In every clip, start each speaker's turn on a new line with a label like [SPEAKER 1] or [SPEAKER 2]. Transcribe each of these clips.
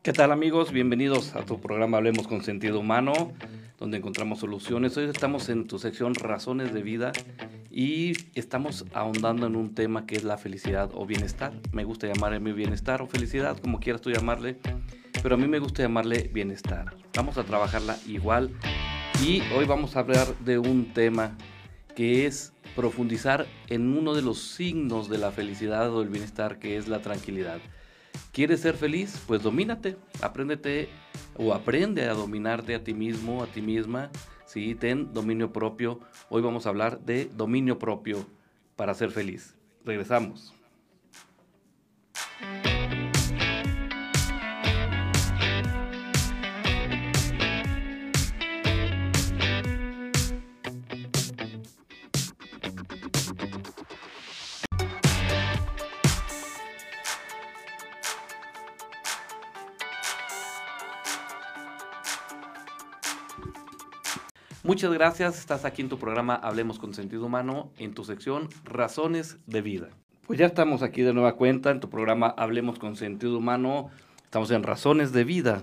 [SPEAKER 1] ¿Qué tal, amigos? Bienvenidos a tu programa Hablemos con Sentido Humano, donde encontramos soluciones. Hoy estamos en tu sección Razones de Vida y estamos ahondando en un tema que es la felicidad o bienestar. Me gusta llamarle bienestar o felicidad, como quieras tú llamarle, pero a mí me gusta llamarle bienestar. Vamos a trabajarla igual y hoy vamos a hablar de un tema que es profundizar en uno de los signos de la felicidad o el bienestar, que es la tranquilidad. ¿Quieres ser feliz? Pues domínate, apréndete o aprende a dominarte a ti mismo, a ti misma. Sí, ten dominio propio. Hoy vamos a hablar de dominio propio para ser feliz. Regresamos. Muchas gracias, estás aquí en tu programa Hablemos con Sentido Humano, en tu sección Razones de Vida. Pues ya estamos aquí de nueva cuenta en tu programa Hablemos con Sentido Humano. Estamos en Razones de Vida,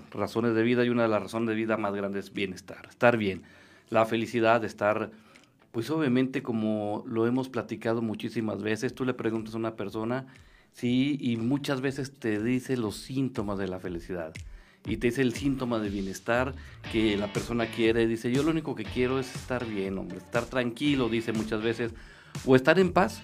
[SPEAKER 1] y una de las razones de vida más grandes es bienestar, estar bien. La felicidad, estar, pues obviamente como lo hemos platicado muchísimas veces, tú le preguntas a una persona, sí, y muchas veces te dice los síntomas de la felicidad. Y te dice el síntoma de bienestar que la persona quiere. Dice, yo lo único que quiero es estar bien, hombre, estar tranquilo, dice muchas veces. O estar en paz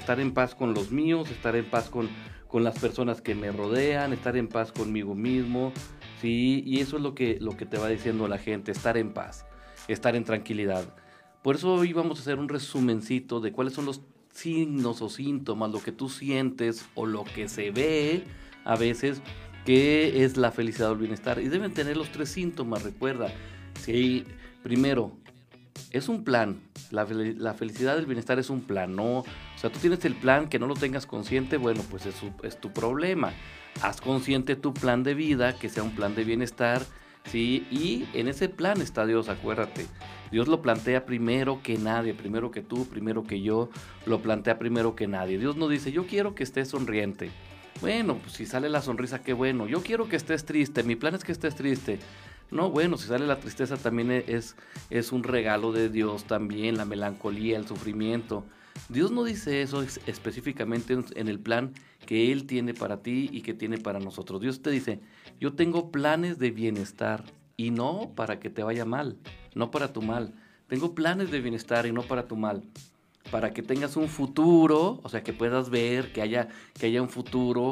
[SPEAKER 1] con los míos, estar en paz con las personas que me rodean, estar en paz conmigo mismo, ¿sí? Y eso es lo que te va diciendo la gente, estar en paz, estar en tranquilidad. Por eso hoy vamos a hacer un resumencito de cuáles son los signos o síntomas, lo que tú sientes o lo que se ve a veces, qué es la felicidad o el bienestar. Y deben tener los 3 síntomas, recuerda. Sí, primero, es un plan. La felicidad del bienestar es un plan, ¿no? O sea, tú tienes el plan, que no lo tengas consciente, bueno, pues es tu problema. Haz consciente tu plan de vida, que sea un plan de bienestar, ¿sí? Y en ese plan está Dios, acuérdate. Dios lo plantea primero que nadie, primero que tú, primero que yo, lo plantea primero que nadie. Dios no dice, yo quiero que estés sonriente. Bueno, pues si sale la sonrisa, qué bueno. Yo quiero que estés triste, mi plan es que estés triste. No, bueno, si sale la tristeza también es un regalo de Dios también, la melancolía, el sufrimiento. Dios no dice eso específicamente en el plan que Él tiene para ti y que tiene para nosotros. Dios te dice, yo tengo planes de bienestar y no para que te vaya mal, no para tu mal. Tengo planes de bienestar y no para tu mal. Para que tengas un futuro, o sea, que puedas ver, que haya un futuro,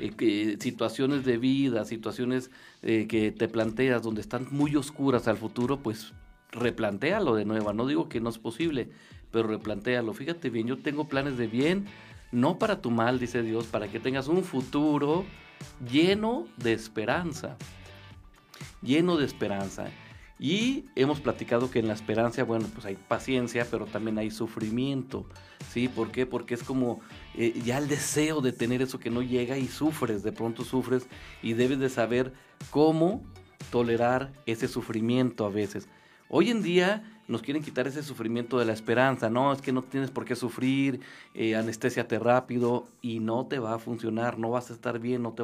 [SPEAKER 1] situaciones de vida, situaciones que te planteas donde están muy oscuras al futuro, pues replantéalo de nuevo. No digo que no es posible, pero replantéalo. Fíjate bien, yo tengo planes de bien, no para tu mal, dice Dios, para que tengas un futuro lleno de esperanza, lleno de esperanza. Y hemos platicado que en la esperanza, bueno, pues hay paciencia, pero también hay sufrimiento, ¿sí? ¿Por qué? Porque es como ya el deseo de tener eso que no llega y sufres, de pronto sufres y debes de saber cómo tolerar ese sufrimiento a veces. Hoy en día nos quieren quitar ese sufrimiento de la esperanza, no, es que no tienes por qué sufrir, anestésiate rápido y no te va a funcionar, no vas a estar bien, no te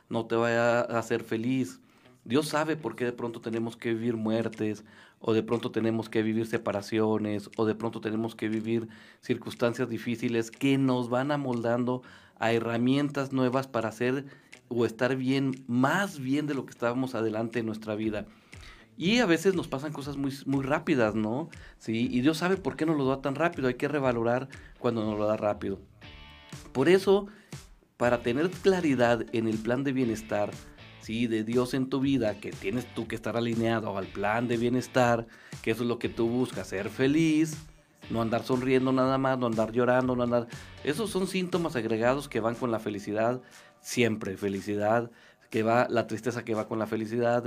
[SPEAKER 1] va a hacer feliz. Dios sabe por qué de pronto tenemos que vivir muertes, o de pronto tenemos que vivir separaciones, o de pronto tenemos que vivir circunstancias difíciles que nos van amoldando a herramientas nuevas para hacer o estar bien, más bien de lo que estábamos adelante en nuestra vida. Y a veces nos pasan cosas muy, muy rápidas, ¿no? Sí, y Dios sabe por qué nos lo da tan rápido, hay que revalorar cuando nos lo da rápido. Por eso, para tener claridad en el plan de bienestar, sí, de Dios en tu vida, que tienes tú que estar alineado al plan de bienestar, que eso es lo que tú buscas, ser feliz, no andar sonriendo nada más, no andar llorando, no andar... Esos son síntomas agregados que van con la felicidad, siempre, felicidad, que va, la tristeza que va con la felicidad,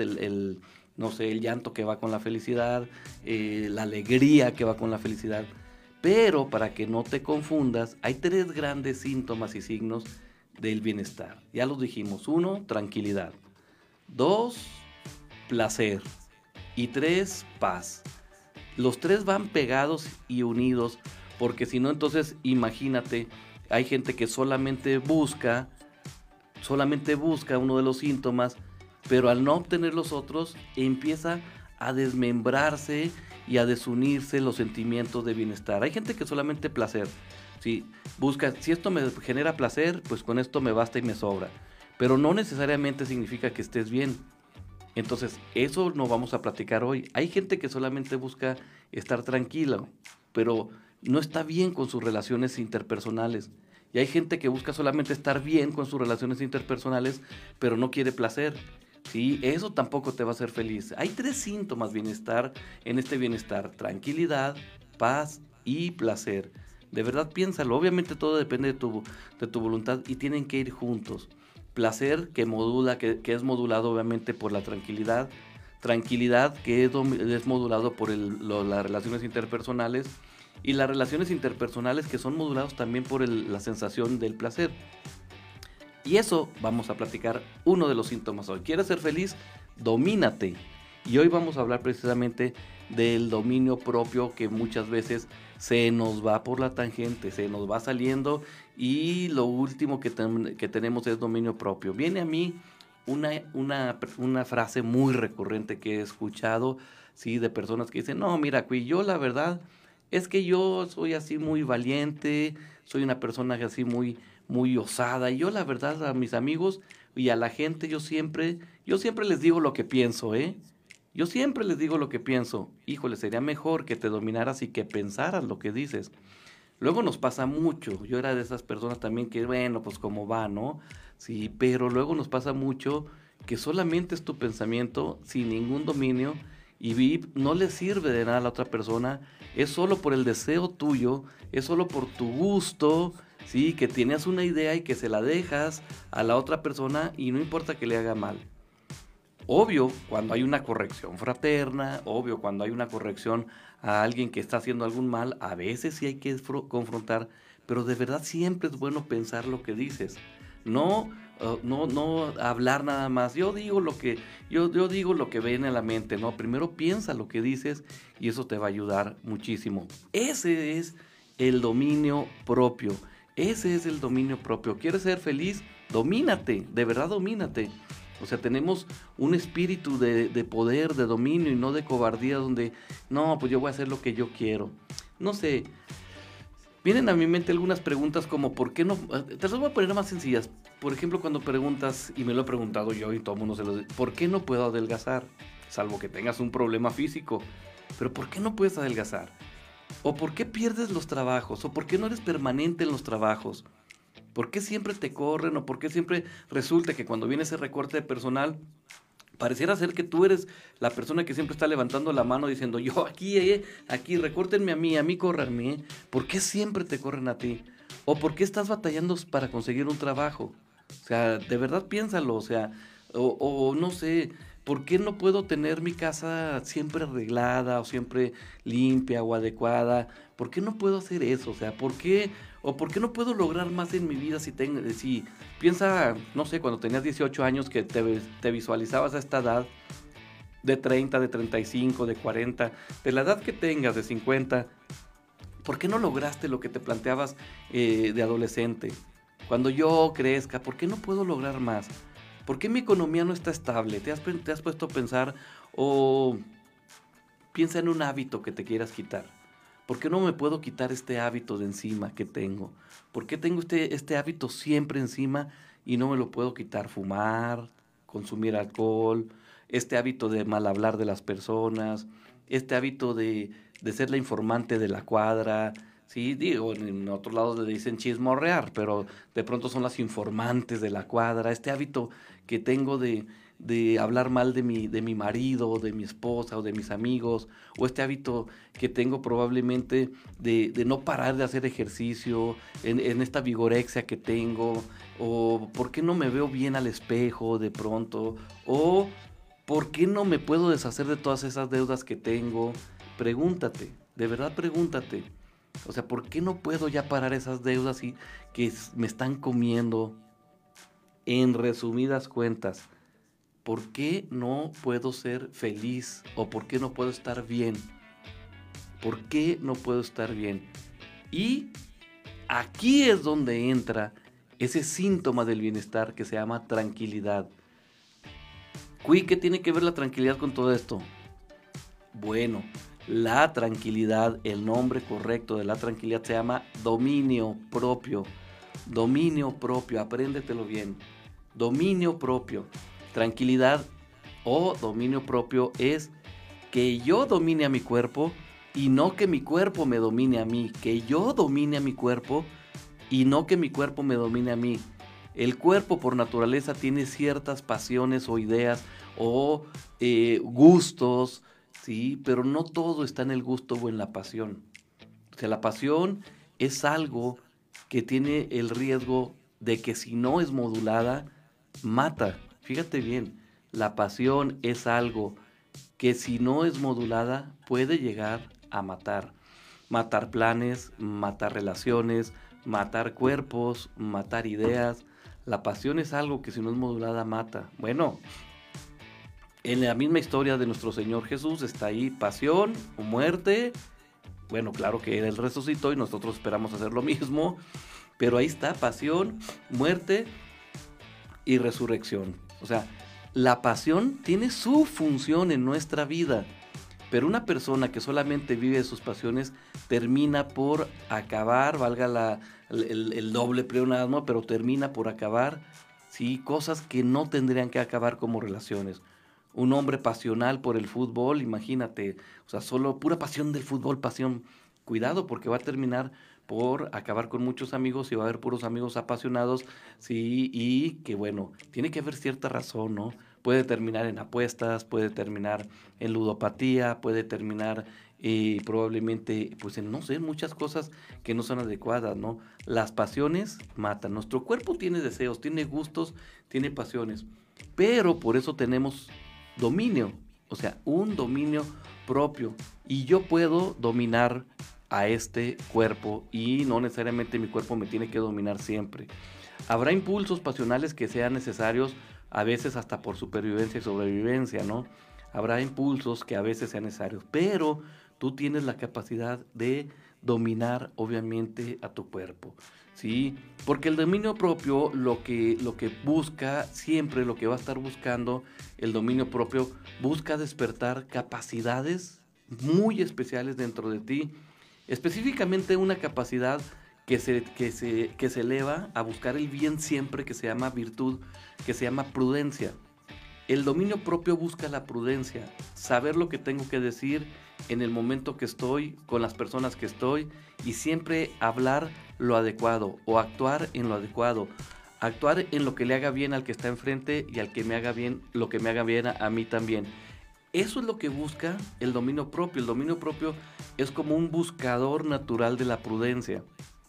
[SPEAKER 1] no sé, el llanto que va con la felicidad, la alegría que va con la felicidad. Pero para que no te confundas, hay 3 grandes síntomas y signos del bienestar. Ya los dijimos. 1, tranquilidad. 2, placer. Y 3, paz. Los 3 van pegados y unidos, porque si no, entonces imagínate, hay gente que solamente busca uno de los síntomas pero al no obtener los otros, empieza a desmembrarse y a desunirse los sentimientos de bienestar. Hay gente que solamente placer, ¿sí? Busca, si esto me genera placer, pues con esto me basta y me sobra, pero no necesariamente significa que estés bien. Entonces, eso no vamos a platicar hoy. Hay gente que solamente busca estar tranquila, pero no está bien con sus relaciones interpersonales. Y hay gente que busca solamente estar bien con sus relaciones interpersonales, pero no quiere placer. Sí, eso tampoco te va a hacer feliz. Hay 3 síntomas bienestar en este bienestar: tranquilidad, paz y placer. De verdad piénsalo. Obviamente todo depende de tu voluntad y tienen que ir juntos. Placer que modula, que es modulado obviamente por la tranquilidad. Tranquilidad que es modulado por las relaciones interpersonales. Y las relaciones interpersonales que son modulados también por la sensación del placer. Y eso vamos a platicar uno de los síntomas hoy. ¿Quieres ser feliz? Domínate. Y hoy vamos a hablar precisamente del dominio propio, que muchas veces se nos va por la tangente, se nos va saliendo, y lo último que tenemos es dominio propio. Viene a mí una frase muy recurrente que he escuchado, ¿sí? De personas que dicen: no, mira, Cui, yo la verdad es que yo soy así muy valiente, soy una persona así muy osada, y yo la verdad a mis amigos y a la gente yo siempre les digo lo que pienso, ¿eh? Yo siempre les digo lo que pienso. Híjole, sería mejor que te dominaras y que pensaras lo que dices. Luego nos pasa mucho. Yo era de esas personas también que, bueno, pues como va, ¿no? Sí, pero luego nos pasa mucho que solamente es tu pensamiento sin ningún dominio y no le sirve de nada a la otra persona. Es solo por el deseo tuyo, es solo por tu gusto, sí, que tienes una idea y que se la dejas a la otra persona y no importa que le haga mal. Obvio, cuando hay una corrección fraterna, obvio, cuando hay una corrección a alguien que está haciendo algún mal, a veces sí hay que confrontar, pero de verdad siempre es bueno pensar lo que dices. No, no hablar nada más. Yo digo yo digo lo que viene a la mente, ¿no? Primero piensa lo que dices y eso te va a ayudar muchísimo. Ese es el dominio propio. Ese es el dominio propio. ¿Quieres ser feliz? Domínate, de verdad domínate. O sea, tenemos un espíritu de poder, de dominio y no de cobardía, donde, no, pues yo voy a hacer lo que yo quiero. No sé, vienen a mi mente algunas preguntas como, ¿por qué no? Te las voy a poner más sencillas. Por ejemplo, cuando preguntas, y me lo he preguntado yo y todo el mundo se lo dice: ¿por qué no puedo adelgazar? Salvo que tengas un problema físico. Pero ¿por qué no puedes adelgazar? ¿O por qué pierdes los trabajos? ¿O por qué no eres permanente en los trabajos? ¿Por qué siempre te corren? ¿O por qué siempre resulta que cuando viene ese recorte de personal, pareciera ser que tú eres la persona que siempre está levantando la mano diciendo: yo aquí, recórtenme a mí córranme, ¿eh? ¿Por qué siempre te corren a ti? ¿O por qué estás batallando para conseguir un trabajo? O sea, de verdad piénsalo, o sea, o no sé, ¿por qué no puedo tener mi casa siempre arreglada o siempre limpia o adecuada? ¿Por qué no puedo hacer eso? O sea, ¿por qué no puedo lograr más en mi vida si piensa, no sé, cuando tenías 18 años que te visualizabas a esta edad de 30, de 35, de 40, de la edad que tengas, de 50, ¿por qué no lograste lo que te planteabas de adolescente? Cuando yo crezca, ¿por qué no puedo lograr más? ¿Por qué mi economía no está estable? ¿Te has puesto a pensar o piensa en un hábito que te quieras quitar? ¿Por qué no me puedo quitar este hábito de encima que tengo? ¿Por qué tengo este hábito siempre encima y no me lo puedo quitar? Fumar, consumir alcohol, este hábito de mal hablar de las personas, este hábito de ser la informante de la cuadra. Sí, digo, en otros lados le dicen chismorrear, pero de pronto son las informantes de la cuadra. Este hábito que tengo de hablar mal de mi marido, o de mi esposa, o de mis amigos, o este hábito que tengo probablemente de no parar de hacer ejercicio, en esta vigorexia que tengo, o por qué no me veo bien al espejo de pronto, o por qué no me puedo deshacer de todas esas deudas que tengo. Pregúntate, de verdad pregúntate. O sea, ¿por qué no puedo ya parar esas deudas y que me están comiendo? En resumidas cuentas, ¿por qué no puedo ser feliz? ¿O por qué no puedo estar bien? ¿Por qué no puedo estar bien? Y aquí es donde entra ese síntoma del bienestar que se llama tranquilidad. ¿Qué tiene que ver la tranquilidad con todo esto? Bueno, la tranquilidad, el nombre correcto de la tranquilidad se llama dominio propio. Dominio propio, apréndetelo bien. Dominio propio. Tranquilidad o dominio propio es que yo domine a mi cuerpo y no que mi cuerpo me domine a mí. Que yo domine a mi cuerpo y no que mi cuerpo me domine a mí. El cuerpo por naturaleza tiene ciertas pasiones o ideas o gustos, ¿sí? Pero no todo está en el gusto o en la pasión. O sea, la pasión es algo que tiene el riesgo de que si no es modulada, mata. Fíjate bien, la pasión es algo que si no es modulada puede llegar a matar. Matar planes, matar relaciones, matar cuerpos, matar ideas. La pasión es algo que si no es modulada mata. Bueno, en la misma historia de nuestro Señor Jesús está ahí pasión o muerte. Bueno, claro que Él resucitó y nosotros esperamos hacer lo mismo. Pero ahí está, pasión, muerte y resurrección. O sea, la pasión tiene su función en nuestra vida. Pero una persona que solamente vive de sus pasiones termina por acabar, valga el doble pleonasmo, pero termina por acabar, ¿sí? Cosas que no tendrían que acabar como relaciones. Un hombre pasional por el fútbol, imagínate, o sea, solo pura pasión del fútbol, pasión. Cuidado porque va a terminar por acabar con muchos amigos y va a haber puros amigos apasionados, sí, y que bueno, tiene que haber cierta razón, ¿no? Puede terminar en apuestas, puede terminar en ludopatía, puede terminar probablemente, pues en, no sé, muchas cosas que no son adecuadas, ¿no? Las pasiones matan. Nuestro cuerpo tiene deseos, tiene gustos, tiene pasiones, pero por eso tenemos dominio, o sea, un dominio propio. Y yo puedo dominar a este cuerpo y no necesariamente mi cuerpo me tiene que dominar siempre. Habrá impulsos pasionales que sean necesarios, a veces hasta por supervivencia y sobrevivencia, ¿no? Habrá impulsos que a veces sean necesarios, pero tú tienes la capacidad de dominar, obviamente, a tu cuerpo, ¿sí? Porque el dominio propio, lo que busca siempre, lo que va a estar buscando, el dominio propio, busca despertar capacidades muy especiales dentro de ti, específicamente una capacidad que se eleva a buscar el bien siempre, que se llama virtud, que se llama prudencia. El dominio propio busca la prudencia, saber lo que tengo que decir en el momento que estoy, con las personas que estoy, y siempre hablar lo adecuado o actuar en lo adecuado. Actuar en lo que le haga bien al que está enfrente y al que me haga bien, lo que me haga bien a mí también. Eso es lo que busca el dominio propio. El dominio propio es como un buscador natural de la prudencia.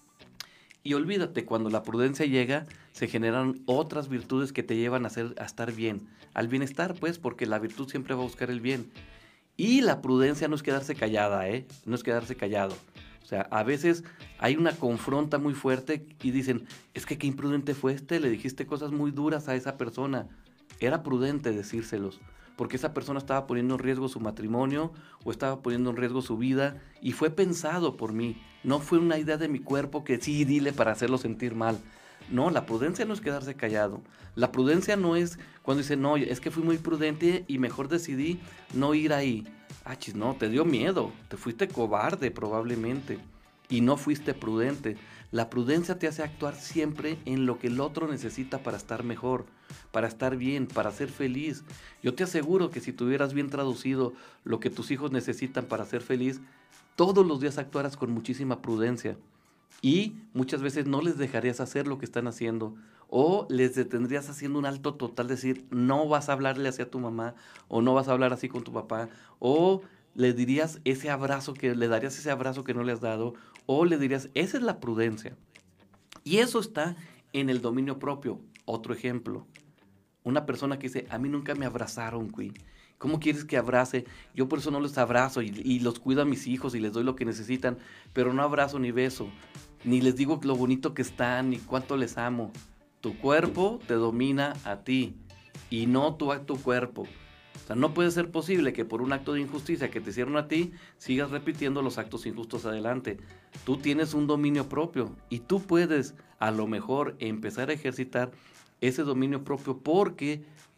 [SPEAKER 1] Y olvídate, cuando la prudencia llega, se generan otras virtudes que te llevan a estar bien, al bienestar, pues, porque la virtud siempre va a buscar el bien. Y la prudencia no es quedarse callada, no es quedarse callado. O sea, a veces hay una confronta muy fuerte y dicen, es que qué imprudente fue le dijiste cosas muy duras a esa persona. Era prudente decírselos, porque esa persona estaba poniendo en riesgo su matrimonio o estaba poniendo en riesgo su vida y fue pensado por mí. No fue una idea de mi cuerpo que sí, dile para hacerlo sentir mal. No, la prudencia no es quedarse callado. La prudencia no es cuando dice, no, es que fui muy prudente y mejor decidí no ir ahí. Ah, chis, no, te dio miedo, te fuiste cobarde probablemente y no fuiste prudente. La prudencia te hace actuar siempre en lo que el otro necesita para estar mejor, para estar bien, para ser feliz. Yo te aseguro que si tuvieras bien traducido lo que tus hijos necesitan para ser feliz, todos los días actuarás con muchísima prudencia. Y muchas veces no les dejarías hacer lo que están haciendo o les detendrías haciendo un alto total, decir, no vas a hablarle así a tu mamá o no vas a hablar así con tu papá o le dirías ese abrazo le darías ese abrazo que no le has dado o le dirías, esa es la prudencia. Y eso está en el dominio propio. Otro ejemplo, una persona que dice, a mí nunca me abrazaron, güey. ¿Cómo quieres que abrace? Yo por eso no los abrazo y los cuido a mis hijos y les doy lo que necesitan, pero no abrazo ni beso, ni les digo lo bonito que están, ni cuánto les amo. Tu cuerpo te domina a ti y no tú a tu cuerpo. O sea, no puede ser posible que por un acto de injusticia que te hicieron a ti, sigas repitiendo los actos injustos adelante. Tú tienes un dominio propio y tú puedes a lo mejor empezar a ejercitar ese dominio propio porque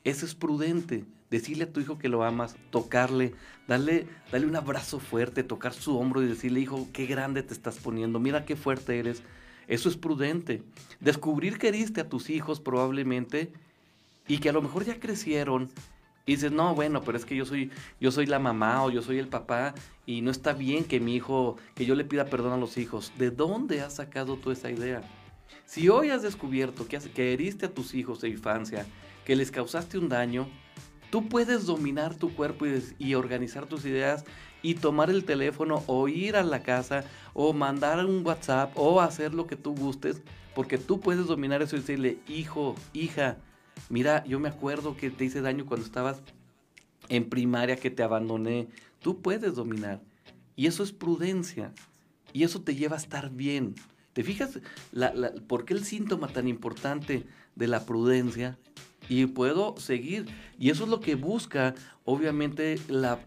[SPEAKER 1] Eso es prudente. Decirle a tu hijo que lo amas, tocarle, darle un abrazo fuerte, tocar su hombro y decirle, hijo, qué grande te estás poniendo, mira qué fuerte eres. Eso es prudente. Descubrir que heriste a tus hijos probablemente y que a lo mejor ya crecieron y dices, no, bueno, pero es que yo soy la mamá o yo soy el papá y no está bien que mi hijo, que yo le pida perdón a los hijos. ¿De dónde has sacado tú esa idea? Si hoy has descubierto que heriste a tus hijos de infancia, que les causaste un daño, tú puedes dominar tu cuerpo y organizar tus ideas y tomar el teléfono o ir a la casa o mandar un WhatsApp o hacer lo que tú gustes, porque tú puedes dominar eso y decirle, hijo, hija, mira, yo me acuerdo que te hice daño cuando estabas en primaria, que te abandoné. Tú puedes dominar. Y eso es prudencia. Y eso te lleva a estar bien. ¿Te fijas por qué el síntoma tan importante de la prudencia? Y puedo seguir. Y eso es lo que busca, obviamente,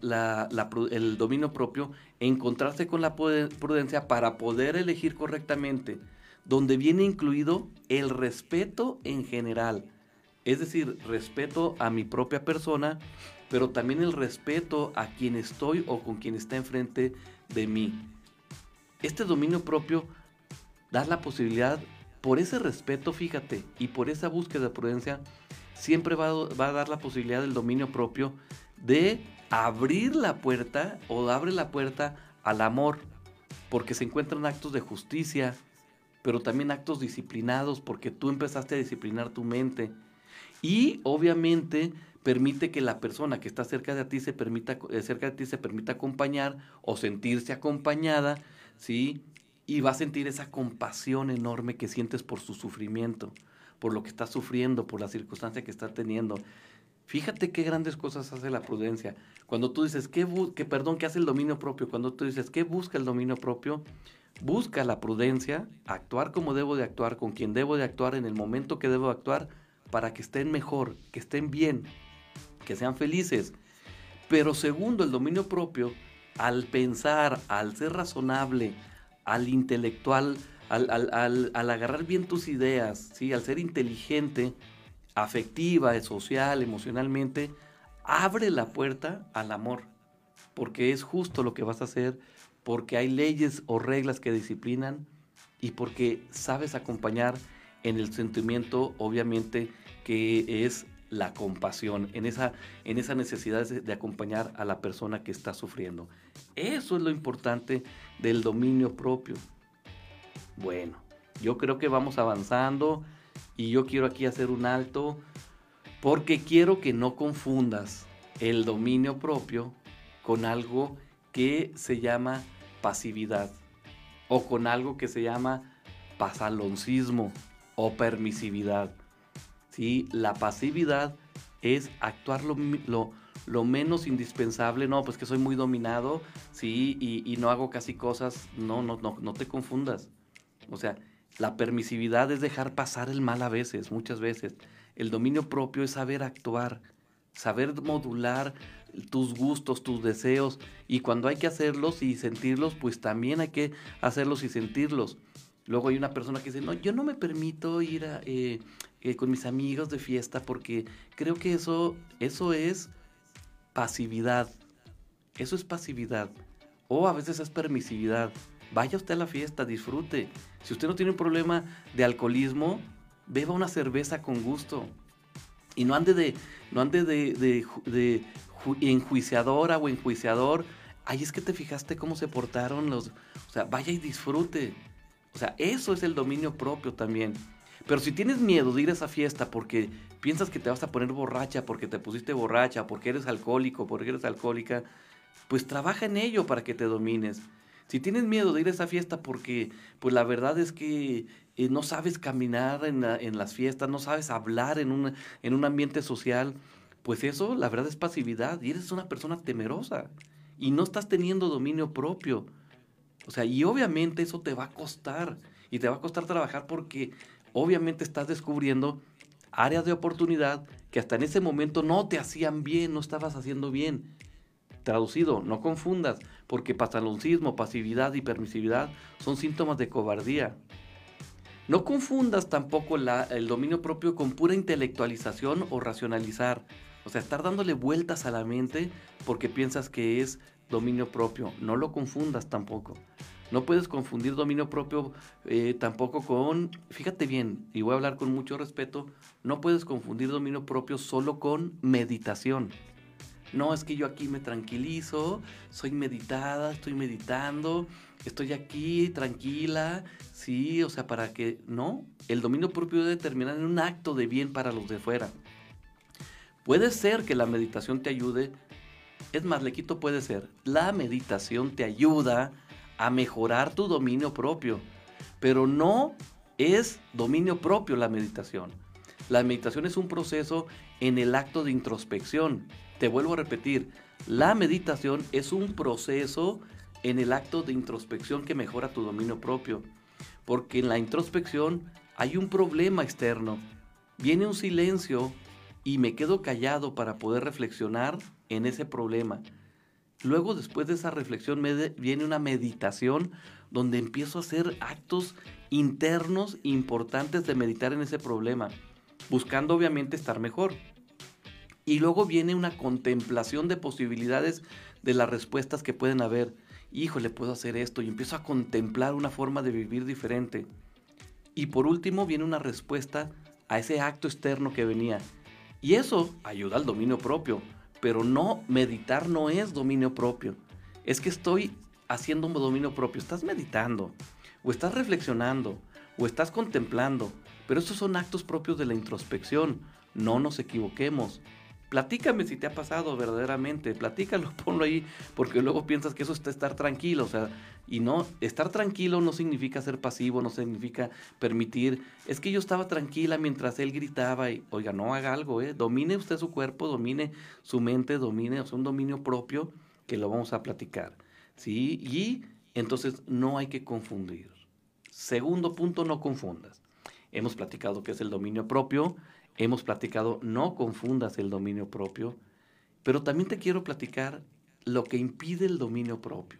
[SPEAKER 1] el dominio propio, encontrarse con la prudencia para poder elegir correctamente, donde viene incluido el respeto en general. Es decir, respeto a mi propia persona, pero también el respeto a quien estoy o con quien está enfrente de mí. Este dominio propio da la posibilidad, por ese respeto, fíjate, y por esa búsqueda de prudencia, siempre va a dar la posibilidad del dominio propio de abrir la puerta o abre la puerta al amor, porque se encuentran actos de justicia, pero también actos disciplinados, porque tú empezaste a disciplinar tu mente. Y obviamente permite que la persona que está cerca de ti se permita acompañar o sentirse acompañada, ¿sí? Y va a sentir esa compasión enorme que sientes por su sufrimiento, por lo que está sufriendo, por la circunstancia que está teniendo. Fíjate qué grandes cosas hace la prudencia. Cuando tú dices, ¿qué hace el dominio propio? Cuando tú dices, ¿qué busca el dominio propio? Busca la prudencia, actuar como debo de actuar, con quien debo de actuar, en el momento que debo actuar, para que estén mejor, que estén bien, que sean felices. Pero segundo, el dominio propio, al pensar, al ser razonable, al intelectual, al agarrar bien tus ideas, ¿sí? Al ser inteligente, afectiva, social, emocionalmente, abre la puerta al amor, porque es justo lo que vas a hacer, porque hay leyes o reglas que disciplinan y porque sabes acompañar en el sentimiento, obviamente, que es la compasión, en esa necesidad de acompañar a la persona que está sufriendo. Eso es lo importante del dominio propio. Bueno, yo creo que vamos avanzando y yo quiero aquí hacer un alto porque quiero que no confundas el dominio propio con algo que se llama pasividad o con algo que se llama pasaloncismo o permisividad. ¿Sí? La pasividad es actuar lo menos indispensable. No, pues que soy muy dominado, ¿sí? Y no hago casi cosas. No te confundas. O sea, la permisividad es dejar pasar el mal a veces, muchas veces. El dominio propio es saber actuar, saber modular tus gustos, tus deseos. Y cuando hay que hacerlos y sentirlos, pues también hay que hacerlos y sentirlos. Luego hay una persona que dice, no, yo no me permito ir con mis amigos de fiesta porque creo que eso es pasividad. Eso es pasividad. O a veces es permisividad. Vaya usted a la fiesta, disfrute. Si usted no tiene un problema de alcoholismo, beba una cerveza con gusto. Y no ande de enjuiciadora o enjuiciador. Ay, es que te fijaste cómo se portaron los... O sea, vaya y disfrute. O sea, eso es el dominio propio también. Pero si tienes miedo de ir a esa fiesta porque piensas que te vas a poner borracha, porque te pusiste borracha, porque eres alcohólico, porque eres alcohólica, pues trabaja en ello para que te domines. Si tienes miedo de ir a esa fiesta porque pues la verdad es que no sabes caminar en las fiestas, no sabes hablar en un ambiente social, pues eso la verdad es pasividad y eres una persona temerosa y no estás teniendo dominio propio. O sea, y obviamente eso te va a costar y te va a costar trabajar porque obviamente estás descubriendo áreas de oportunidad que hasta en ese momento no te hacían bien, no estabas haciendo bien. Traducido, no confundas, porque pasaloncismo, pasividad y permisividad son síntomas de cobardía. No confundas tampoco el dominio propio con pura intelectualización o racionalizar. O sea, estar dándole vueltas a la mente porque piensas que es dominio propio. No lo confundas tampoco. No puedes confundir dominio propio tampoco con, fíjate bien, y voy a hablar con mucho respeto, no puedes confundir dominio propio solo con meditación. No, es que yo aquí me tranquilizo, soy meditada, estoy meditando, estoy aquí tranquila, sí, o sea, para que, no, el dominio propio debe terminar en un acto de bien para los de fuera. Puede ser que la meditación te ayude, es más, le quito puede ser, la meditación te ayuda a mejorar tu dominio propio, pero no es dominio propio la meditación. La meditación es un proceso en el acto de introspección. Te vuelvo a repetir, la meditación es un proceso en el acto de introspección que mejora tu dominio propio. Porque en la introspección hay un problema externo. Viene un silencio y me quedo callado para poder reflexionar en ese problema. Luego, después de esa reflexión, viene una meditación donde empiezo a hacer actos internos importantes de meditar en ese problema, buscando obviamente estar mejor. Y luego viene una contemplación de posibilidades de las respuestas que pueden haber. Híjole, puedo hacer esto y empiezo a contemplar una forma de vivir diferente. Y por último viene una respuesta a ese acto externo que venía. Y eso ayuda al dominio propio, pero no, meditar no es dominio propio. Es que estoy haciendo un dominio propio. Estás meditando, o estás reflexionando, o estás contemplando, pero esos son actos propios de la introspección. No nos equivoquemos. Platícame si te ha pasado verdaderamente, platícalo, ponlo ahí, porque luego piensas que eso es estar tranquilo, o sea, y no, estar tranquilo no significa ser pasivo, no significa permitir, es que yo estaba tranquila mientras él gritaba, y, oiga, no haga algo, domine usted su cuerpo, domine su mente, domine, o sea, un dominio propio que lo vamos a platicar, ¿sí? Y entonces no hay que confundir. Segundo punto, no confundas. Hemos platicado qué es el dominio propio. Hemos platicado, no confundas el dominio propio, pero también te quiero platicar lo que impide el dominio propio.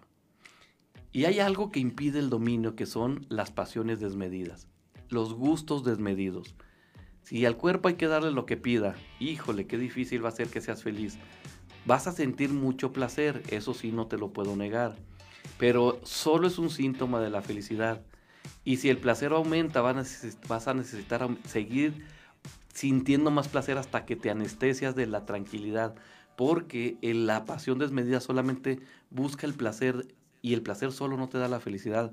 [SPEAKER 1] Y hay algo que impide el dominio, que son las pasiones desmedidas, los gustos desmedidos. Si al cuerpo hay que darle lo que pida, híjole, qué difícil va a ser que seas feliz. Vas a sentir mucho placer, eso sí no te lo puedo negar, pero solo es un síntoma de la felicidad. Y si el placer aumenta, vas a necesitar seguir sintiendo más placer hasta que te anestesias de la tranquilidad, porque la pasión desmedida solamente busca el placer y el placer solo no te da la felicidad.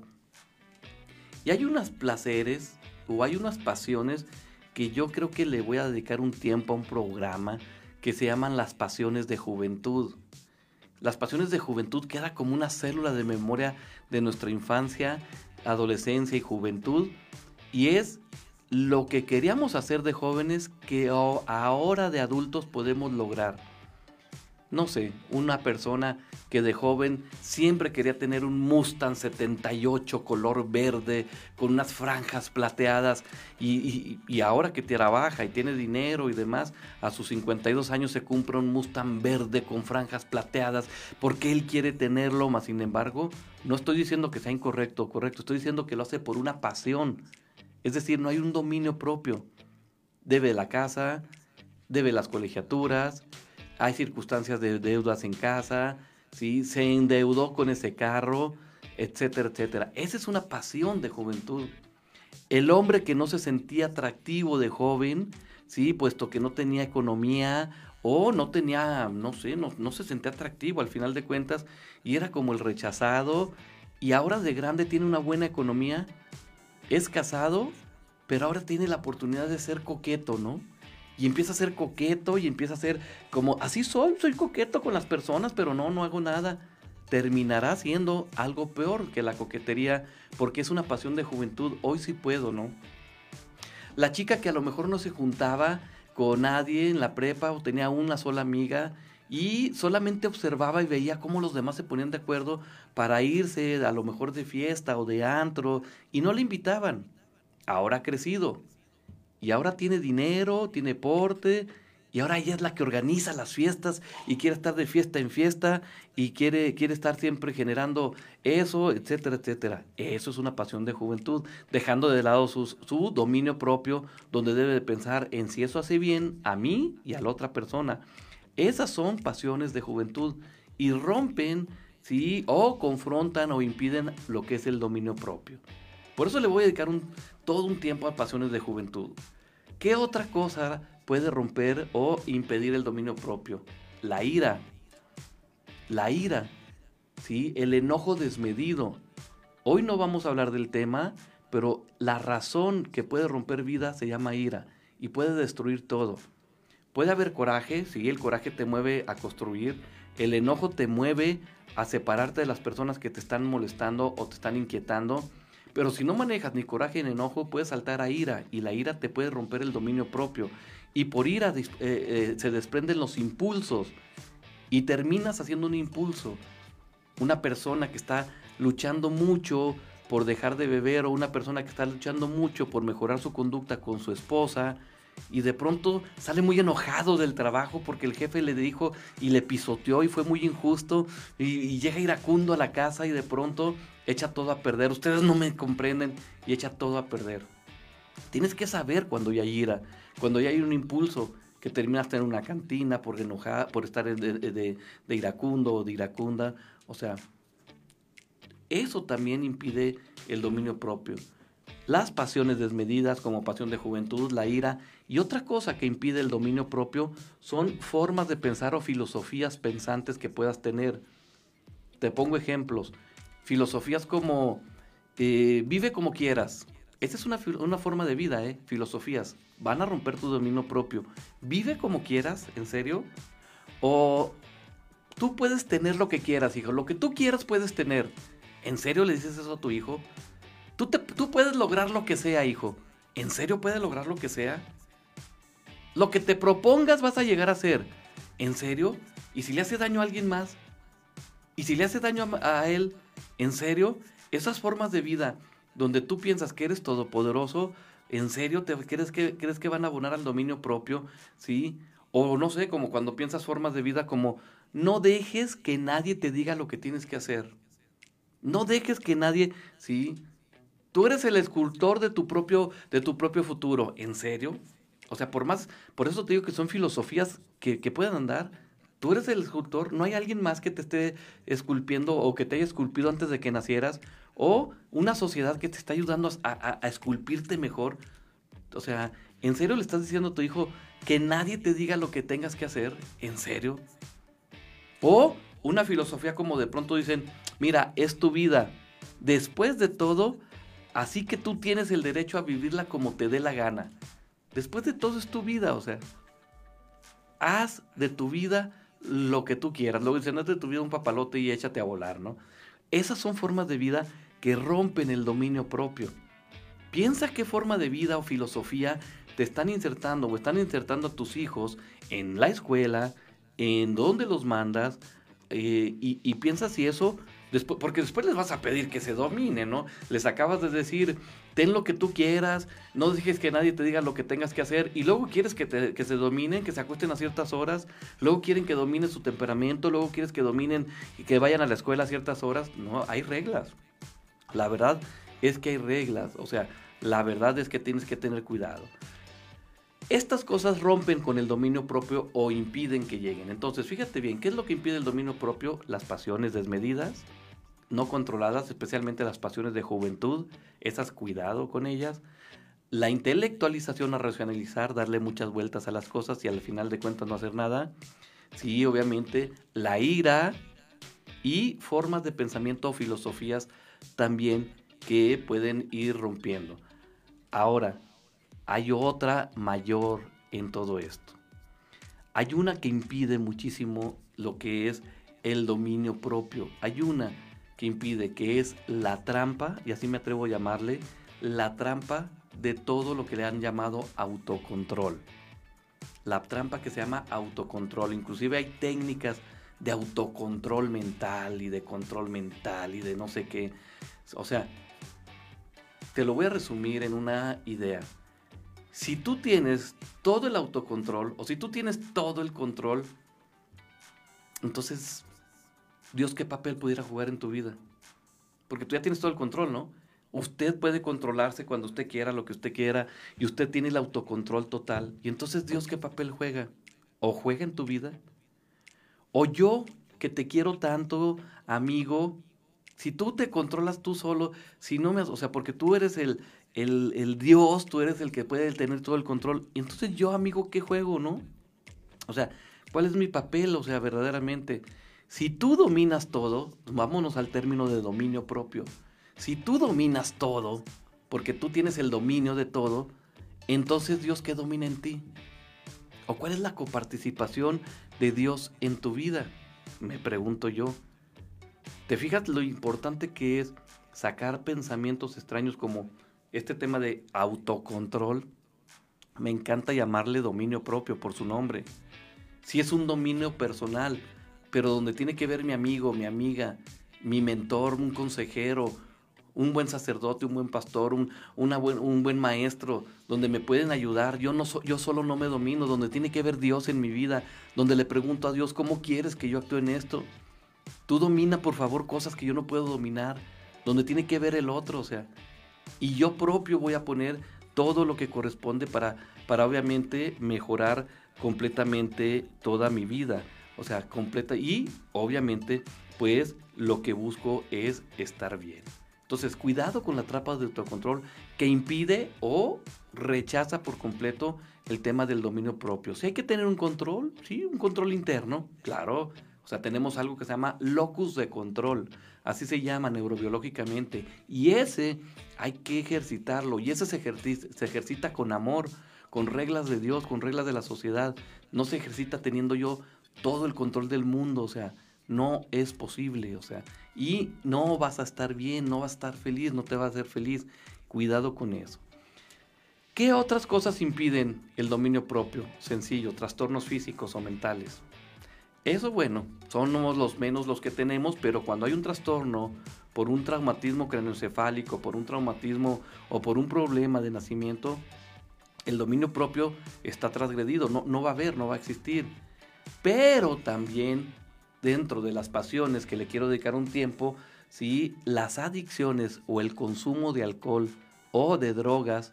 [SPEAKER 1] Y hay unos placeres o hay unas pasiones que yo creo que le voy a dedicar un tiempo a un programa que se llaman las pasiones de juventud. Las pasiones de juventud queda como una célula de memoria de nuestra infancia, adolescencia y juventud, y es lo que queríamos hacer de jóvenes que ahora de adultos podemos lograr. No sé, una persona que de joven siempre quería tener un Mustang 78 color verde con unas franjas plateadas y ahora que trabaja y tiene dinero y demás, a sus 52 años se compra un Mustang verde con franjas plateadas porque él quiere tenerlo, mas sin embargo, no estoy diciendo que sea incorrecto o correcto, estoy diciendo que lo hace por una pasión. Es decir, no hay un dominio propio. Debe la casa, debe las colegiaturas, hay circunstancias de deudas en casa, ¿sí? Se endeudó con ese carro, etcétera, etcétera. Esa es una pasión de juventud. El hombre que no se sentía atractivo de joven, ¿sí? Puesto que no tenía economía o no tenía, no sé, no se sentía atractivo al final de cuentas y era como el rechazado y ahora de grande tiene una buena economía, es casado, pero ahora tiene la oportunidad de ser coqueto, ¿no? Y empieza a ser coqueto y empieza a ser como, así soy coqueto con las personas, pero no hago nada. Terminará siendo algo peor que la coquetería, porque es una pasión de juventud. Hoy sí puedo, ¿no? La chica que a lo mejor no se juntaba con nadie en la prepa o tenía una sola amiga y solamente observaba y veía cómo los demás se ponían de acuerdo para irse a lo mejor de fiesta o de antro y no le invitaban. Ahora ha crecido y ahora tiene dinero, tiene porte y ahora ella es la que organiza las fiestas y quiere estar de fiesta en fiesta y quiere estar siempre generando eso, etcétera, etcétera. Eso es una pasión de juventud, dejando de lado su dominio propio, donde debe de pensar en si eso hace bien a mí y a la otra persona. Esas son pasiones de juventud y rompen, ¿sí? O confrontan o impiden lo que es el dominio propio. Por eso le voy a dedicar todo un tiempo a pasiones de juventud. ¿Qué otra cosa puede romper o impedir el dominio propio? La ira. La ira, ¿sí? El enojo desmedido. Hoy no vamos a hablar del tema, pero la razón que puede romper vida se llama ira y puede destruir todo. Puede haber coraje, sí, el coraje te mueve a construir, el enojo te mueve a separarte de las personas que te están molestando o te están inquietando, pero si no manejas ni coraje ni enojo, puedes saltar a ira y la ira te puede romper el dominio propio. Y por ira se desprenden los impulsos y terminas haciendo un impulso. Una persona que está luchando mucho por dejar de beber o una persona que está luchando mucho por mejorar su conducta con su esposa y de pronto sale muy enojado del trabajo porque el jefe le dijo y le pisoteó y fue muy injusto y llega iracundo a la casa y de pronto echa todo a perder. Ustedes no me comprenden y echa todo a perder. Tienes que saber cuando ya hay ira, cuando ya hay un impulso que terminaste en una cantina por enojar, por estar de iracundo o de iracunda. O sea, eso también impide el dominio propio. Las pasiones desmedidas como pasión de juventud, la ira y otra cosa que impide el dominio propio son formas de pensar o filosofías pensantes que puedas tener. Te pongo ejemplos. Filosofías como vive como quieras. Esa es una forma de vida, filosofías. Van a romper tu dominio propio. Vive como quieras, ¿en serio? O tú puedes tener lo que quieras, hijo. Lo que tú quieras puedes tener. ¿En serio le dices eso a tu hijo? Tú puedes lograr lo que sea, hijo. ¿En serio puedes lograr lo que sea? Lo que te propongas vas a llegar a hacer. ¿En serio? ¿Y si le hace daño a alguien más? ¿Y si le hace daño a él? ¿En serio? Esas formas de vida donde tú piensas que eres todopoderoso, ¿en serio crees que van a abonar al dominio propio? ¿Sí? O no sé, como cuando piensas formas de vida como no dejes que nadie te diga lo que tienes que hacer. No dejes que nadie, ¿sí? Tú eres el escultor de tu propio futuro. ¿En serio? O sea, por eso te digo que son filosofías que pueden andar. Tú eres el escultor, no hay alguien más que te esté esculpiendo o que te haya esculpido antes de que nacieras, o una sociedad que te está ayudando a esculpirte mejor. O sea, ¿en serio le estás diciendo a tu hijo que nadie te diga lo que tengas que hacer? ¿En serio? O una filosofía como de pronto dicen, mira, es tu vida. Después de todo, así que tú tienes el derecho a vivirla como te dé la gana. Después de todo es tu vida, o sea, haz de tu vida lo que tú quieras. Luego dicen, haz de tu vida un papalote y échate a volar, ¿no? Esas son formas de vida que rompen el dominio propio. Piensa qué forma de vida o filosofía te están insertando o están insertando a tus hijos en la escuela, en dónde los mandas, y piensa si eso, porque después les vas a pedir que se dominen, ¿no? Les acabas de decir, ten lo que tú quieras, no dejes que nadie te diga lo que tengas que hacer, y luego quieres que se dominen, que se acuesten a ciertas horas, luego quieren que dominen su temperamento, luego quieres que dominen y que vayan a la escuela a ciertas horas. No, hay reglas. La verdad es que hay reglas, o sea, la verdad es que tienes que tener cuidado. Estas cosas rompen con el dominio propio o impiden que lleguen. Entonces, fíjate bien, ¿qué es lo que impide el dominio propio? Las pasiones desmedidas, no controladas, especialmente las pasiones de juventud, esas cuidado con ellas. La intelectualización a racionalizar, darle muchas vueltas a las cosas y al final de cuentas no hacer nada. Sí, obviamente, la ira y formas de pensamiento o filosofías también que pueden ir rompiendo. Ahora, hay otra mayor en todo esto. Hay una que impide muchísimo lo que es el dominio propio. Hay una que impide, que es la trampa, y así me atrevo a llamarle, la trampa de todo lo que le han llamado autocontrol. La trampa que se llama autocontrol. Inclusive hay técnicas de autocontrol mental y de control mental y de no sé qué. O sea, te lo voy a resumir en una idea. Si tú tienes todo el autocontrol, o si tú tienes todo el control, entonces, Dios, ¿qué papel pudiera jugar en tu vida? Porque tú ya tienes todo el control, ¿no? Usted puede controlarse cuando usted quiera, lo que usted quiera, y usted tiene el autocontrol total. Y entonces, Dios, ¿qué papel juega? ¿O juega en tu vida? ¿O yo, que te quiero tanto, amigo, si tú te controlas tú solo, si no me... O sea, porque tú eres el Dios, tú eres el que puede tener todo el control. Y entonces yo, amigo, ¿qué juego, no? O sea, ¿cuál es mi papel? O sea, verdaderamente, si tú dominas todo, vámonos al término de dominio propio. Si tú dominas todo, porque tú tienes el dominio de todo, entonces Dios, ¿qué domina en ti? ¿O cuál es la coparticipación de Dios en tu vida? Me pregunto yo. ¿Te fijas lo importante que es sacar pensamientos extraños como este tema de autocontrol? Me encanta llamarle dominio propio por su nombre. Sí es un dominio personal, pero donde tiene que ver mi amigo, mi amiga, mi mentor, un consejero, un buen sacerdote, un buen pastor, un buen maestro, donde me pueden ayudar. Yo solo no me domino, donde tiene que ver Dios en mi vida, donde le pregunto a Dios, ¿cómo quieres que yo actúe en esto? Tú domina, por favor, cosas que yo no puedo dominar, donde tiene que ver el otro, o sea, y yo propio voy a poner todo lo que corresponde para obviamente mejorar completamente toda mi vida. O sea, completa y obviamente pues lo que busco es estar bien. Entonces, cuidado con la trampa de autocontrol que impide o rechaza por completo el tema del dominio propio. Si hay que tener un control, sí, un control interno, claro. O sea, tenemos algo que se llama locus de control, así se llama neurobiológicamente. Y ese hay que ejercitarlo y ese se ejercita con amor, con reglas de Dios, con reglas de la sociedad. No se ejercita teniendo yo todo el control del mundo, o sea, no es posible, o sea, y no vas a estar bien, no vas a estar feliz, no te vas a hacer feliz. Cuidado con eso. ¿Qué otras cosas impiden el dominio propio? Sencillo, trastornos físicos o mentales. Eso, bueno, somos los menos los que tenemos, pero cuando hay un trastorno por un traumatismo craneoencefálico, por un traumatismo o por un problema de nacimiento, el dominio propio está transgredido, no va a haber, no va a existir. Pero también dentro de las pasiones que le quiero dedicar un tiempo, si las adicciones o el consumo de alcohol o de drogas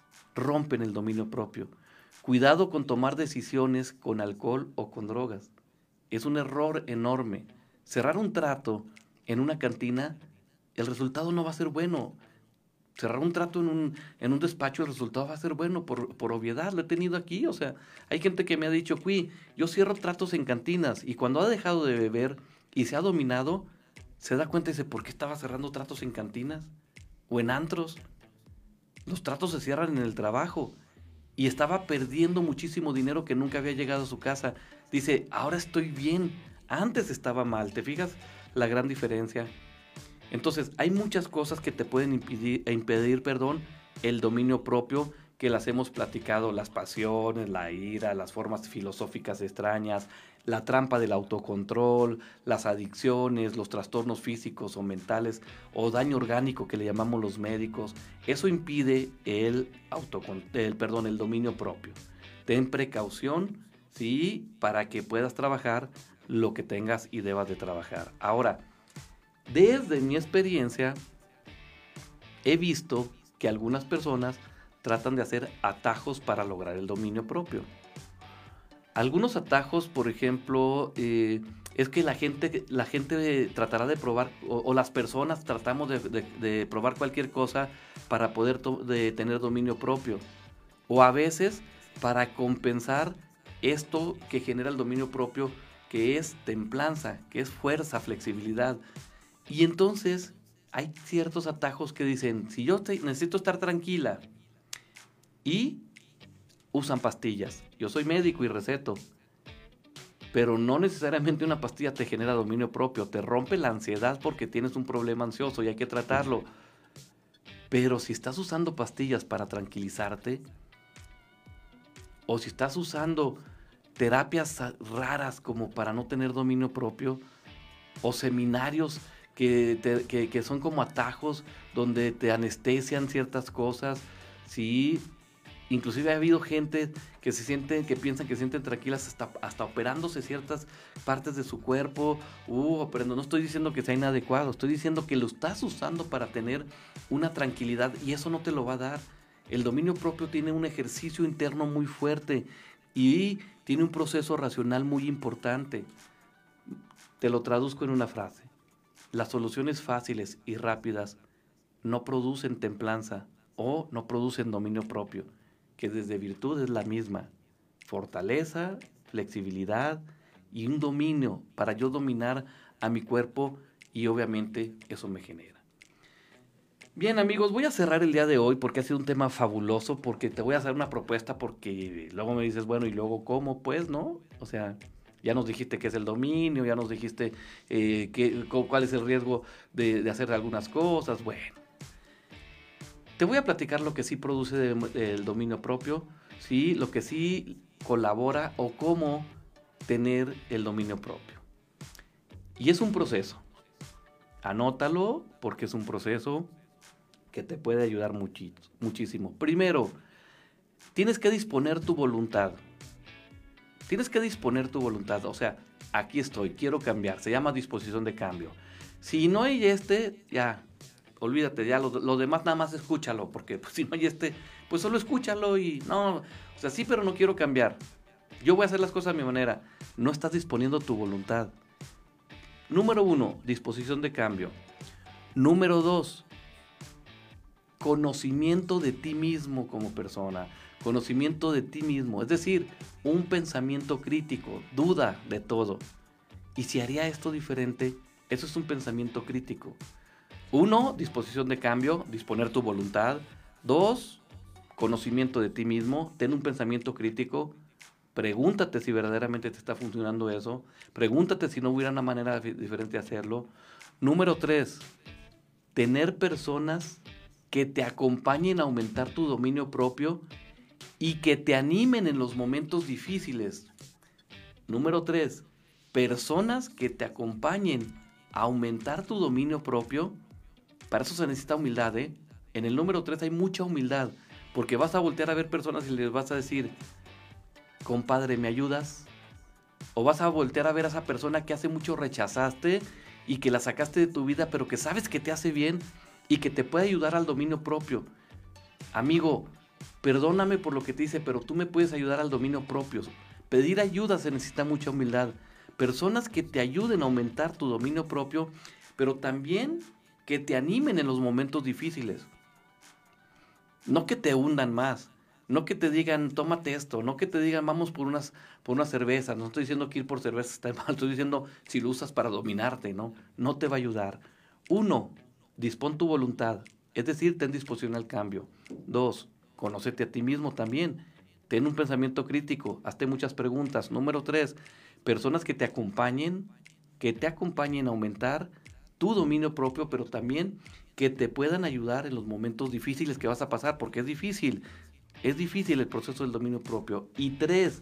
[SPEAKER 1] rompen el dominio propio. Cuidado con tomar decisiones con alcohol o con drogas. Es un error enorme. Cerrar un trato en una cantina, el resultado no va a ser bueno. Cerrar un trato en un despacho, el resultado va a ser bueno por obviedad. Lo he tenido aquí. O sea, hay gente que me ha dicho, yo cierro tratos en cantinas. Y cuando ha dejado de beber y se ha dominado, se da cuenta y dice, ¿por qué estaba cerrando tratos en cantinas? O en antros. Los tratos se cierran en el trabajo. Y estaba perdiendo muchísimo dinero que nunca había llegado a su casa. Dice, ahora estoy bien, antes estaba mal. ¿Te fijas la gran diferencia? Entonces, hay muchas cosas que te pueden impedir, el dominio propio, que las hemos platicado, las pasiones, la ira, las formas filosóficas extrañas, la trampa del autocontrol, las adicciones, los trastornos físicos o mentales o daño orgánico que le llamamos los médicos. Eso impide el dominio propio. Ten precaución, sí, para que puedas trabajar lo que tengas y debas de trabajar. Ahora, desde mi experiencia, he visto que algunas personas tratan de hacer atajos para lograr el dominio propio. Algunos atajos, por ejemplo, es que la gente tratará de probar, o las personas tratamos de probar cualquier cosa para poder tener dominio propio. O a veces para compensar esto que genera el dominio propio, que es templanza, que es fuerza, flexibilidad. Y entonces hay ciertos atajos que dicen, si yo necesito estar tranquila y usan pastillas. Yo soy médico y receto, pero no necesariamente una pastilla te genera dominio propio, te rompe la ansiedad porque tienes un problema ansioso y hay que tratarlo. Pero si estás usando pastillas para tranquilizarte, o si estás usando terapias raras como para no tener dominio propio, o seminarios que son como atajos donde te anestesian ciertas cosas, sí, Inclusive ha habido gente que que piensan que se sienten tranquilas hasta operándose ciertas partes de su cuerpo, operando. No estoy diciendo que sea inadecuado, estoy diciendo que lo estás usando para tener una tranquilidad y eso no te lo va a dar. El dominio propio tiene un ejercicio interno muy fuerte y tiene un proceso racional muy importante. Te lo traduzco en una frase. Las soluciones fáciles y rápidas no producen templanza o no producen dominio propio, que desde virtud es la misma, fortaleza, flexibilidad y un dominio para yo dominar a mi cuerpo y obviamente eso me genera. Bien amigos, voy a cerrar el día de hoy porque ha sido un tema fabuloso, porque te voy a hacer una propuesta porque luego me dices, bueno, ¿y luego cómo? Pues, ¿no? O sea, ya nos dijiste qué es el dominio, ya nos dijiste cuál es el riesgo de hacer algunas cosas, bueno. Te voy a platicar lo que sí produce el dominio propio, ¿sí? Lo que sí colabora o cómo tener el dominio propio. Y es un proceso. Anótalo porque es un proceso que te puede ayudar muchísimo. Primero, tienes que disponer tu voluntad. Tienes que disponer tu voluntad. O sea, aquí estoy, quiero cambiar. Se llama disposición de cambio. Si no hay ya, olvídate, ya lo demás nada más escúchalo, porque pues, si no hay pues solo escúchalo y no, o sea, sí, pero no quiero cambiar. Yo voy a hacer las cosas a mi manera. No estás disponiendo tu voluntad. Número 1, disposición de cambio. Número 2, conocimiento de ti mismo como persona. Conocimiento de ti mismo, es decir, un pensamiento crítico, duda de todo. ¿Y si haría esto diferente? Eso es un pensamiento crítico. 1, disposición de cambio, disponer tu voluntad. 2, conocimiento de ti mismo, ten un pensamiento crítico. Pregúntate si verdaderamente te está funcionando eso. Pregúntate si no hubiera una manera diferente de hacerlo. Número 3, tener personas que te acompañen a aumentar tu dominio propio y que te animen en los momentos difíciles. Número 3, personas que te acompañen a aumentar tu dominio propio. Para eso se necesita humildad, ¿eh? En el número 3 hay mucha humildad, porque vas a voltear a ver personas y les vas a decir, compadre, ¿me ayudas? O vas a voltear a ver a esa persona que hace mucho rechazaste y que la sacaste de tu vida, pero que sabes que te hace bien y que te puede ayudar al dominio propio. Amigo, perdóname por lo que te hice, pero tú me puedes ayudar al dominio propio. Pedir ayuda se necesita mucha humildad. Personas que te ayuden a aumentar tu dominio propio, pero también que te animen en los momentos difíciles. No que te hundan más. No que te digan, tómate esto. No que te digan, vamos por unas cervezas. No estoy diciendo que ir por cervezas está mal. Estoy diciendo, si lo usas para dominarte, ¿no? No te va a ayudar. 1, dispón tu voluntad. Es decir, ten disposición al cambio. 2, conócete a ti mismo también. Ten un pensamiento crítico. Hazte muchas preguntas. Número 3, personas que te acompañen a aumentar tu dominio propio, pero también que te puedan ayudar en los momentos difíciles que vas a pasar, porque es difícil el proceso del dominio propio. Y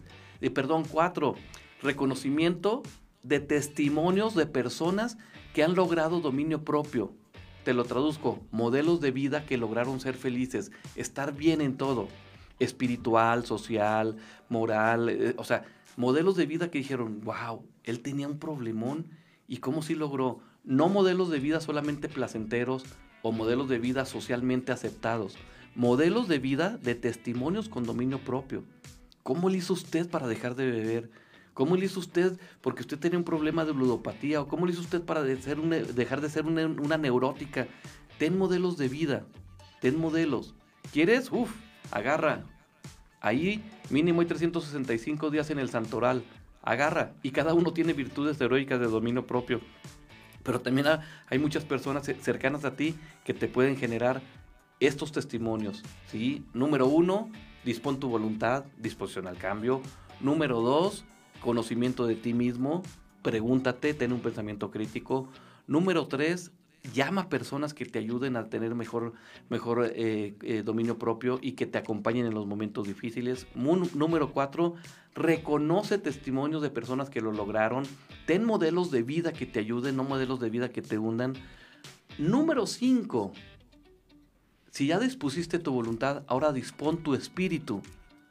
[SPEAKER 1] 4, reconocimiento de testimonios de personas que han logrado dominio propio. Te lo traduzco, modelos de vida que lograron ser felices, estar bien en todo, espiritual, social, moral, o sea, modelos de vida que dijeron, wow, él tenía un problemón y cómo sí logró. No modelos de vida solamente placenteros o modelos de vida socialmente aceptados, modelos de vida de testimonios con dominio propio. ¿Cómo le hizo usted para dejar de beber? ¿Cómo le hizo usted porque usted tenía un problema de ludopatía? ¿O cómo le hizo usted para dejar de ser una neurótica? Ten modelos de vida, ten modelos. ¿Quieres? Agarra. Ahí mínimo hay 365 días en el santoral. Agarra. Y cada uno tiene virtudes heroicas de dominio propio. Pero también hay muchas personas cercanas a ti que te pueden generar estos testimonios, ¿sí? Número 1, dispón tu voluntad, disposición al cambio. Número 2, conocimiento de ti mismo, pregúntate, ten un pensamiento crítico. Número 3, llama a personas que te ayuden a tener mejor dominio propio y que te acompañen en los momentos difíciles. Número 4, reconoce testimonios de personas que lo lograron. Ten modelos de vida que te ayuden, no modelos de vida que te hundan. Número 5, Si ya dispusiste tu voluntad, ahora dispón tu espíritu.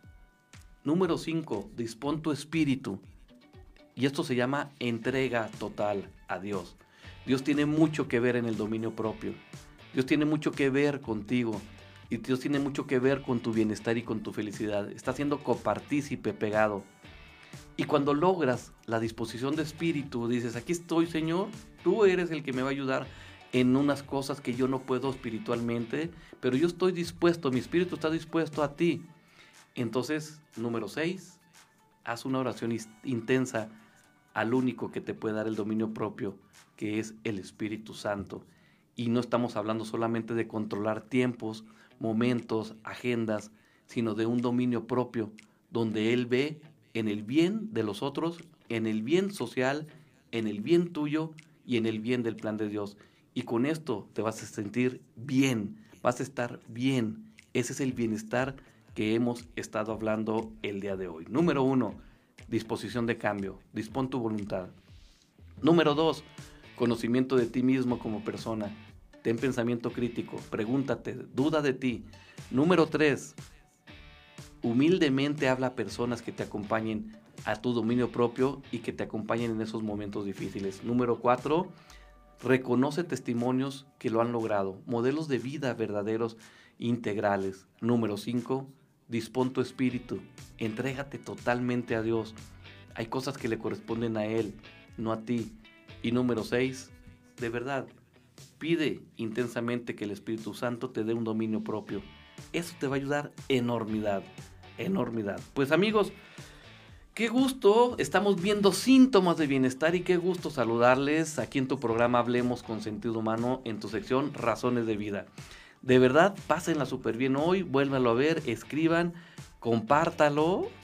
[SPEAKER 1] Número 5, dispón tu espíritu. Y esto se llama entrega total a Dios. Dios tiene mucho que ver en el dominio propio. Dios tiene mucho que ver contigo. Y Dios tiene mucho que ver con tu bienestar y con tu felicidad. Está siendo copartícipe, pegado. Y cuando logras la disposición de espíritu, dices, aquí estoy, Señor, tú eres el que me va a ayudar en unas cosas que yo no puedo espiritualmente, pero yo estoy dispuesto, mi espíritu está dispuesto a ti. Entonces, número 6, haz una oración intensa al único que te puede dar el dominio propio, que es el Espíritu Santo. Y no estamos hablando solamente de controlar tiempos, momentos, agendas, sino de un dominio propio, donde Él ve en el bien de los otros, en el bien social, en el bien tuyo y en el bien del plan de Dios. Y con esto te vas a sentir bien, vas a estar bien. Ese es el bienestar que hemos estado hablando el día de hoy. Número 1, disposición de cambio, dispón tu voluntad. Número 2, conocimiento de ti mismo como persona. Ten pensamiento crítico, pregúntate, duda de ti. Número 3, humildemente habla a personas que te acompañen a tu dominio propio y que te acompañen en esos momentos difíciles. Número 4, reconoce testimonios que lo han logrado, modelos de vida verdaderos, integrales. Número 5, dispón tu espíritu, entrégate totalmente a Dios. Hay cosas que le corresponden a Él, no a ti. Y número 6, de verdad, pide intensamente que el Espíritu Santo te dé un dominio propio. Eso te va a ayudar enormidad, enormidad. Pues amigos, qué gusto, estamos viendo síntomas de bienestar y qué gusto saludarles aquí en tu programa Hablemos con Sentido Humano, en tu sección Razones de Vida. De verdad, pásenla súper bien hoy, vuélvanlo a ver, escriban, compártalo